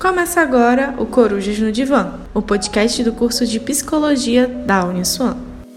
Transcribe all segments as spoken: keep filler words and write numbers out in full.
Começa agora o Corujas no Divã, o podcast do curso de Psicologia da Uniswan.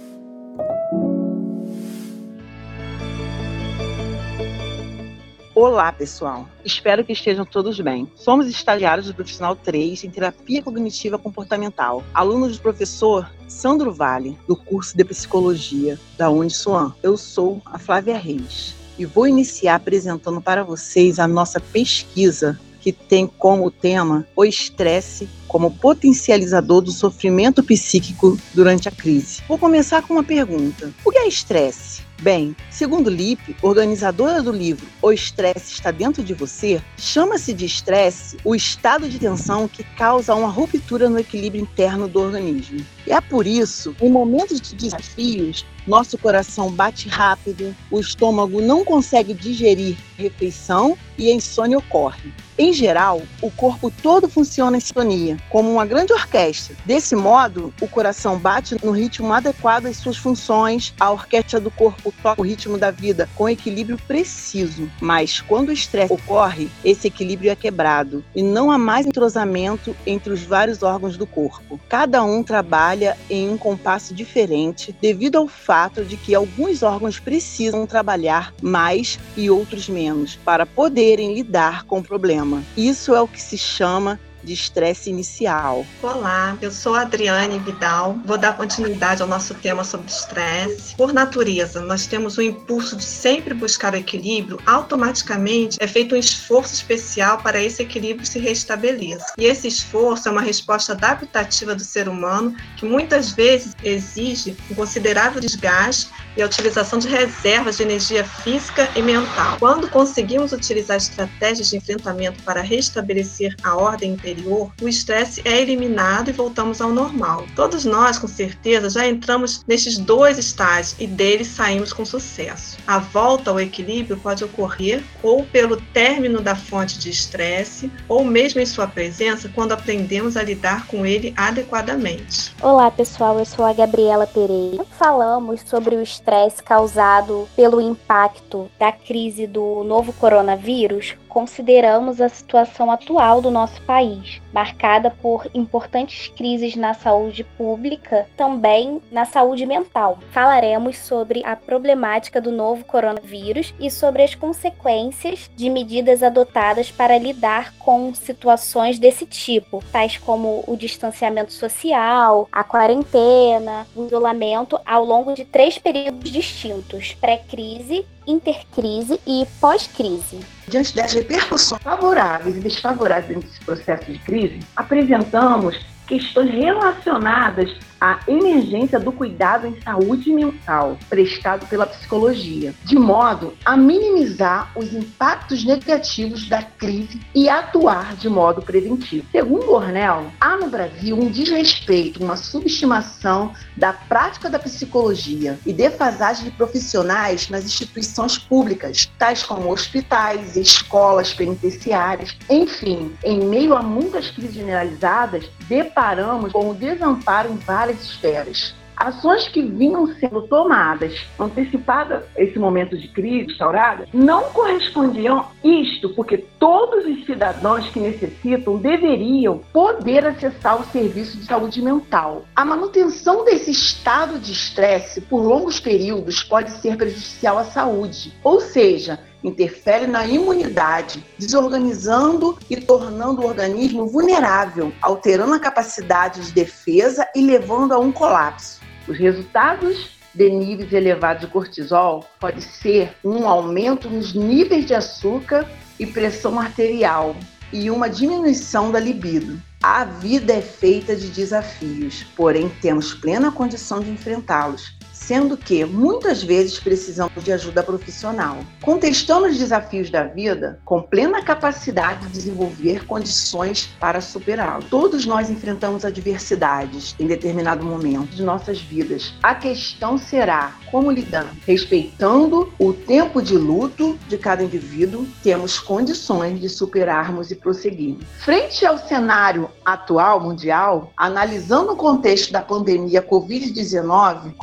Olá, pessoal. Espero que estejam todos bem. Somos estagiários do Profissional três em Terapia Cognitiva Comportamental, alunos do professor Sandro Vale, do curso de Psicologia da Uniswan. Eu sou a Flávia Reis e vou iniciar apresentando para vocês a nossa pesquisa que tem como tema o estresse como potencializador do sofrimento psíquico durante a crise. Vou começar com uma pergunta. O que é estresse? Bem, segundo Lippe, organizadora do livro O Estresse Está Dentro de Você, chama-se de estresse o estado de tensão que causa uma ruptura no equilíbrio interno do organismo. E é por isso, em momentos de desafios, nosso coração bate rápido, o estômago não consegue digerir a refeição e a insônia ocorre. Em geral, o corpo todo funciona em sintonia, como uma grande orquestra. Desse modo, o coração bate no ritmo adequado às suas funções, a orquestra do corpo toca o ritmo da vida com equilíbrio preciso. Mas quando o estresse ocorre, esse equilíbrio é quebrado e não há mais entrosamento entre os vários órgãos do corpo. Cada um trabalha em um compasso diferente devido ao fato de que alguns órgãos precisam trabalhar mais e outros menos para poderem lidar com o problema. Isso é o que se chama de estresse inicial. Olá, eu sou a Adriane Vidal, vou dar continuidade ao nosso tema sobre estresse. Por natureza, nós temos o impulso de sempre buscar o equilíbrio, automaticamente é feito um esforço especial para esse equilíbrio se restabeleça. E esse esforço é uma resposta adaptativa do ser humano que muitas vezes exige um considerável desgaste e a utilização de reservas de energia física e mental. Quando conseguimos utilizar estratégias de enfrentamento para restabelecer a ordem interior, o estresse é eliminado e voltamos ao normal. Todos nós, com certeza, já entramos nestes dois estágios e deles saímos com sucesso. A volta ao equilíbrio pode ocorrer ou pelo término da fonte de estresse, ou mesmo em sua presença, quando aprendemos a lidar com ele adequadamente. Olá, pessoal, eu sou a Gabriela Pereira. Falamos sobre o estresse causado pelo impacto da crise do novo coronavírus. Consideramos a situação atual do nosso país, marcada por importantes crises na saúde pública, também na saúde mental. Falaremos sobre a problemática do novo coronavírus e sobre as consequências de medidas adotadas para lidar com situações desse tipo, tais como o distanciamento social, a quarentena, o isolamento ao longo de três períodos distintos: pré-crise, intercrise e pós-crise. Diante das repercussões favoráveis e desfavoráveis desse processo de crise, apresentamos questões relacionadas à emergência do cuidado em saúde mental prestado pela psicologia, de modo a minimizar os impactos negativos da crise e atuar de modo preventivo. Segundo Ornell, há no Brasil um desrespeito, uma subestimação da prática da psicologia e defasagem de profissionais nas instituições públicas, tais como hospitais, escolas penitenciárias. Enfim, em meio a muitas crises generalizadas, deparamos com o desamparo em várias esferas. Ações que vinham sendo tomadas, antecipada esse momento de crise instaurada, não correspondiam isto, porque todos os cidadãos que necessitam deveriam poder acessar o serviço de saúde mental. A manutenção desse estado de estresse por longos períodos pode ser prejudicial à saúde, ou seja, interfere na imunidade, desorganizando e tornando o organismo vulnerável, alterando a capacidade de defesa e levando a um colapso. Os resultados de níveis elevados de cortisol pode ser um aumento nos níveis de açúcar e pressão arterial e uma diminuição da libido. A vida é feita de desafios, porém temos plena condição de enfrentá-los, sendo que muitas vezes precisamos de ajuda profissional. Contestando os desafios da vida, com plena capacidade de desenvolver condições para superá-los. Todos nós enfrentamos adversidades em determinado momento de nossas vidas. A questão será como lidar. Respeitando o tempo de luto de cada indivíduo, temos condições de superarmos e prosseguir. Frente ao cenário atual mundial, analisando o contexto da pandemia covid dezenove, como estudante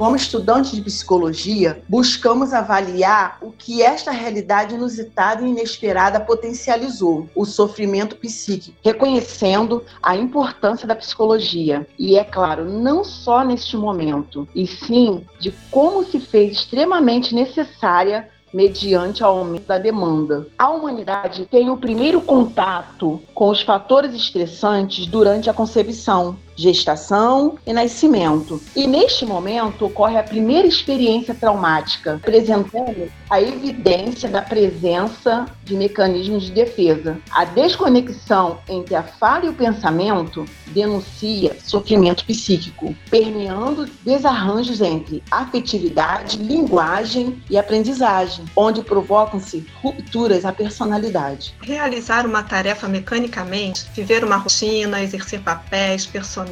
estudantes de psicologia, buscamos avaliar o que esta realidade inusitada e inesperada potencializou, o sofrimento psíquico, reconhecendo a importância da psicologia. E, é claro, não só neste momento, e sim de como se fez extremamente necessária mediante o aumento da demanda. A humanidade tem o primeiro contato com os fatores estressantes durante a concepção, gestação e nascimento. E neste momento ocorre a primeira experiência traumática, apresentando a evidência da presença de mecanismos de defesa. A desconexão entre a fala e o pensamento denuncia sofrimento psíquico, permeando desarranjos entre afetividade, linguagem e aprendizagem, onde provocam-se rupturas à personalidade. Realizar uma tarefa mecanicamente, viver uma rotina, exercer papéis, personagens,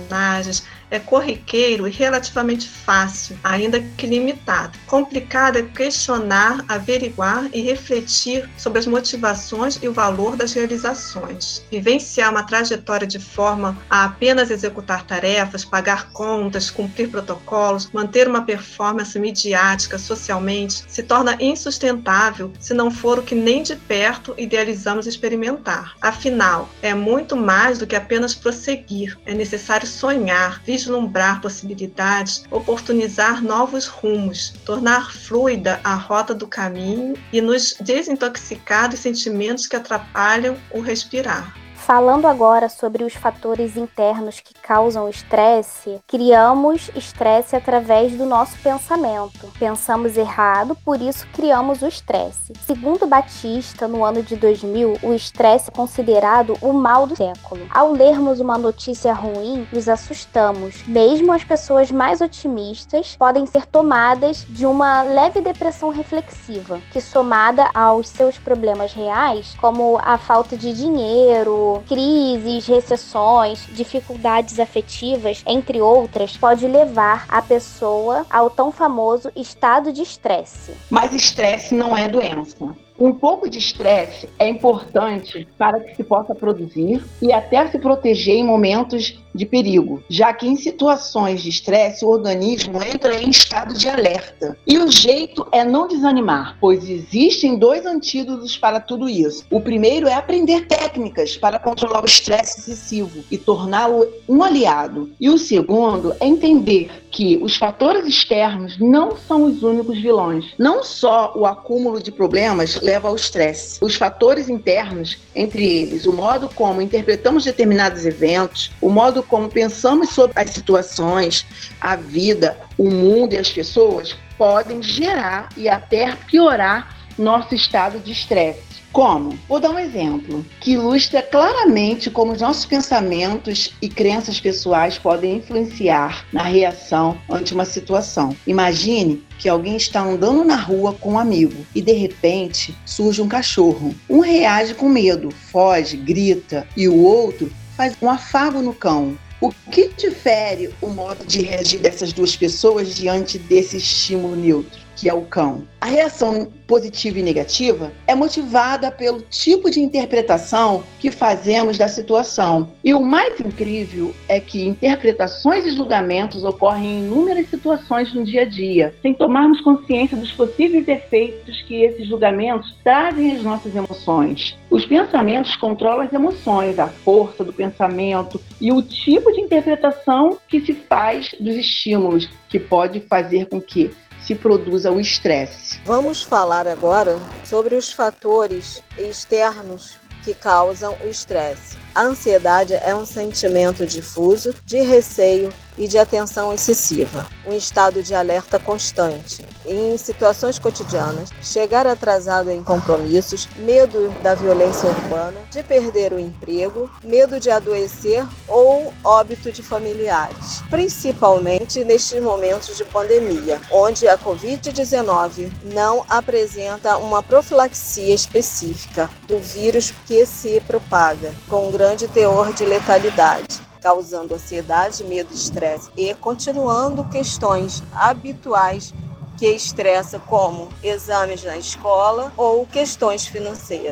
é corriqueiro e relativamente fácil, ainda que limitado. Complicado é questionar, averiguar e refletir sobre as motivações e o valor das realizações. Vivenciar uma trajetória de forma a apenas executar tarefas, pagar contas, cumprir protocolos, manter uma performance midiática socialmente, se torna insustentável se não for o que nem de perto idealizamos experimentar. Afinal, é muito mais do que apenas prosseguir. É necessário sonhar, vislumbrar possibilidades, oportunizar novos rumos, tornar fluida a rota do caminho e nos desintoxicar dos sentimentos que atrapalham o respirar. Falando agora sobre os fatores internos que causam estresse, criamos estresse através do nosso pensamento. Pensamos errado, por isso criamos o estresse. Segundo Batista, no ano de dois mil, o estresse é considerado o mal do século. Ao lermos uma notícia ruim, nos assustamos. Mesmo as pessoas mais otimistas podem ser tomadas de uma leve depressão reflexiva, que somada aos seus problemas reais, como a falta de dinheiro, crises, recessões, dificuldades afetivas, entre outras, pode levar a pessoa ao tão famoso estado de estresse. Mas estresse não é doença. Um pouco de estresse é importante para que se possa produzir e até se proteger em momentos de perigo, já que em situações de estresse o organismo entra em estado de alerta. E o jeito é não desanimar, pois existem dois antídotos para tudo isso. O primeiro é aprender técnicas para controlar o estresse excessivo e torná-lo um aliado. E o segundo é entender que os fatores externos não são os únicos vilões. Não só o acúmulo de problemas leva ao estresse. Os fatores internos, entre eles o modo como interpretamos determinados eventos, o modo como pensamos sobre as situações, a vida, o mundo e as pessoas, podem gerar e até piorar nosso estado de estresse. Como? Vou dar um exemplo que ilustra claramente como os nossos pensamentos e crenças pessoais podem influenciar na reação ante uma situação. Imagine que alguém está andando na rua com um amigo e de repente surge um cachorro. Um reage com medo, foge, grita e o outro faz um afago no cão. O que difere o modo de reagir dessas duas pessoas diante desse estímulo neutro, que é o cão? A reação positiva e negativa é motivada pelo tipo de interpretação que fazemos da situação. E o mais incrível é que interpretações e julgamentos ocorrem em inúmeras situações no dia a dia, sem tomarmos consciência dos possíveis efeitos que esses julgamentos trazem às nossas emoções. Os pensamentos controlam as emoções, a força do pensamento e o tipo de interpretação que se faz dos estímulos, que pode fazer com que se produza o estresse. Vamos falar agora sobre os fatores externos que causam o estresse. A ansiedade é um sentimento difuso de receio e de atenção excessiva, um estado de alerta constante. Em situações cotidianas, chegar atrasado em compromissos, medo da violência urbana, de perder o emprego, medo de adoecer ou óbito de familiares, principalmente nestes momentos de pandemia, onde a covid dezenove não apresenta uma profilaxia específica do vírus que se propaga, com grande teor de letalidade, causando ansiedade, medo, estresse e continuando questões habituais que estressam, como exames na escola ou questões financeiras.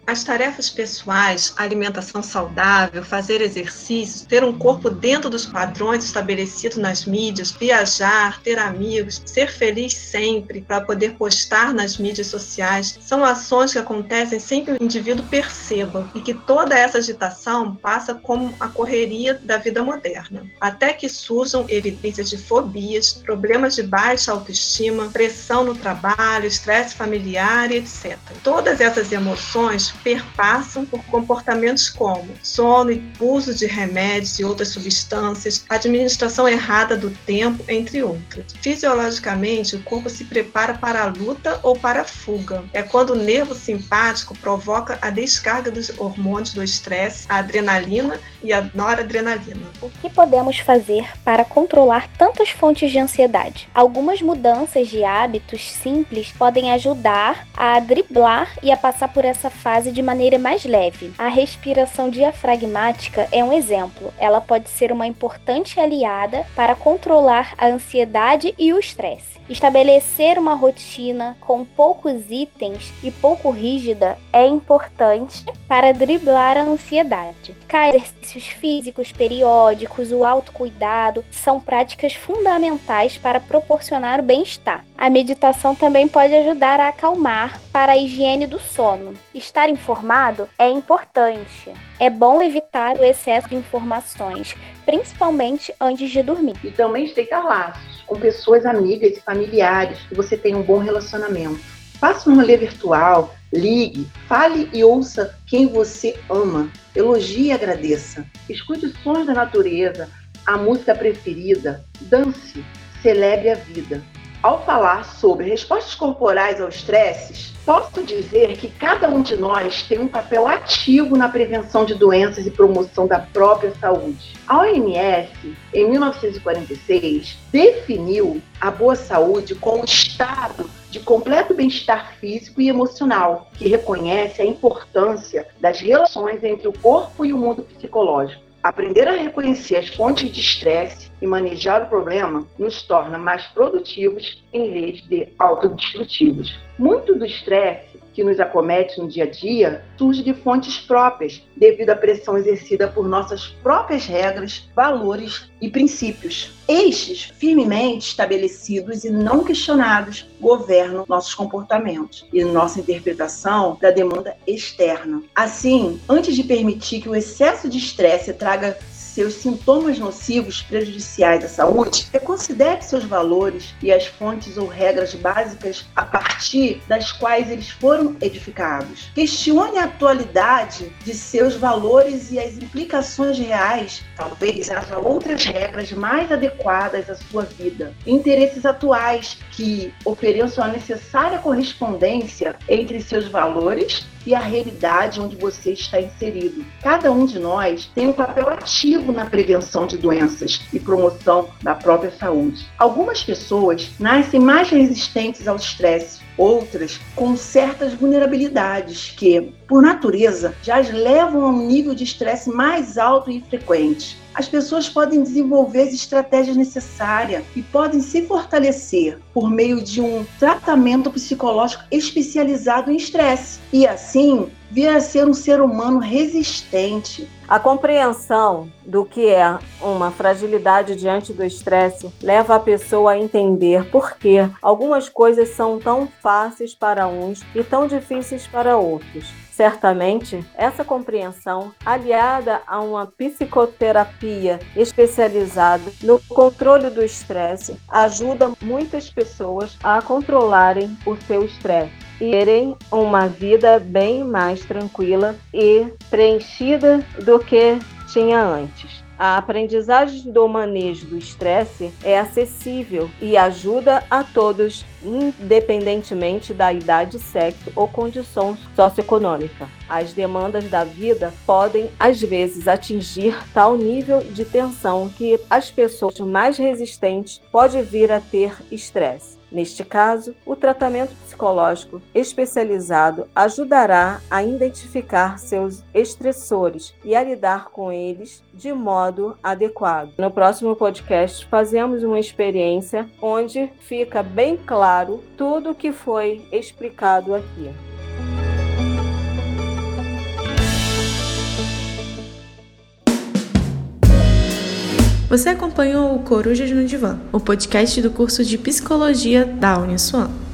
As tarefas pessoais, alimentação saudável, fazer exercícios, ter um corpo dentro dos padrões estabelecidos nas mídias, viajar, ter amigos, ser feliz sempre para poder postar nas mídias sociais, são ações que acontecem sem que o indivíduo perceba e que toda essa agitação passa como a correria da vida moderna, até que surjam evidências de fobias, problemas de baixa autoestima, pressão no trabalho, estresse familiar e etcétera. Todas essas emoções perpassam por comportamentos como sono e uso de remédios e outras substâncias, administração errada do tempo, entre outras. Fisiologicamente, o corpo se prepara para a luta ou para a fuga. É quando o nervo simpático provoca a descarga dos hormônios do estresse, a adrenalina e a noradrenalina. O que podemos fazer para controlar tantas fontes de ansiedade? Algumas mudanças de hábitos simples podem ajudar a driblar e a passar por essa fase de maneira mais leve. A respiração diafragmática é um exemplo. Ela pode ser uma importante aliada para controlar a ansiedade e o estresse. Estabelecer uma rotina com poucos itens e pouco rígida é importante para driblar a ansiedade. Exercícios físicos periódicos, o autocuidado são práticas fundamentais para proporcionar o bem-estar. A meditação também pode ajudar a acalmar para a higiene do sono. Estar informado é importante. É bom evitar o excesso de informações, principalmente antes de dormir. E também estreitar laços com pessoas amigas e familiares que você tem um bom relacionamento. Faça um rolê virtual, ligue, fale e ouça quem você ama. Elogie e agradeça. Escute sons da natureza, a música preferida, dance, celebre a vida. Ao falar sobre respostas corporais ao estresse, posso dizer que cada um de nós tem um papel ativo na prevenção de doenças e promoção da própria saúde. A O M S, em mil novecentos e quarenta e seis, definiu a boa saúde como um estado de completo bem-estar físico e emocional, que reconhece a importância das relações entre o corpo e o mundo psicológico. Aprender a reconhecer as fontes de estresse e manejar o problema nos torna mais produtivos em vez de autodestrutivos. Muito do estresse que nos acomete no dia a dia surge de fontes próprias, devido à pressão exercida por nossas próprias regras, valores e princípios. Estes, firmemente estabelecidos e não questionados, governam nossos comportamentos e nossa interpretação da demanda externa. Assim, antes de permitir que o excesso de estresse traga seus sintomas nocivos prejudiciais à saúde, reconsidere seus valores e as fontes ou regras básicas a partir das quais eles foram edificados. Questione a atualidade de seus valores e as implicações reais. Talvez haja outras regras mais adequadas à sua vida. Interesses atuais que ofereçam a necessária correspondência entre seus valores e a realidade onde você está inserido. Cada um de nós tem um papel ativo na prevenção de doenças e promoção da própria saúde. Algumas pessoas nascem mais resistentes ao estresse, outras com certas vulnerabilidades que, por natureza, já as levam a um nível de estresse mais alto e frequente. As pessoas podem desenvolver as estratégias necessárias e podem se fortalecer por meio de um tratamento psicológico especializado em estresse e, assim, vir a ser um ser humano resistente. A compreensão do que é uma fragilidade diante do estresse leva a pessoa a entender por que algumas coisas são tão fáceis para uns e tão difíceis para outros. Certamente, essa compreensão, aliada a uma psicoterapia especializada no controle do estresse, ajuda muitas pessoas a controlarem o seu estresse e terem uma vida bem mais tranquila e preenchida do que tinha antes. A aprendizagem do manejo do estresse é acessível e ajuda a todos, independentemente da idade, sexo ou condição socioeconômica. As demandas da vida podem, às vezes, atingir tal nível de tensão que as pessoas mais resistentes podem vir a ter estresse. Neste caso, o tratamento psicológico especializado ajudará a identificar seus estressores e a lidar com eles de modo adequado. No próximo podcast, fazemos uma experiência onde fica bem claro tudo o que foi explicado aqui. Você acompanhou o Corujas no Divã, o podcast do curso de Psicologia da Uniswan.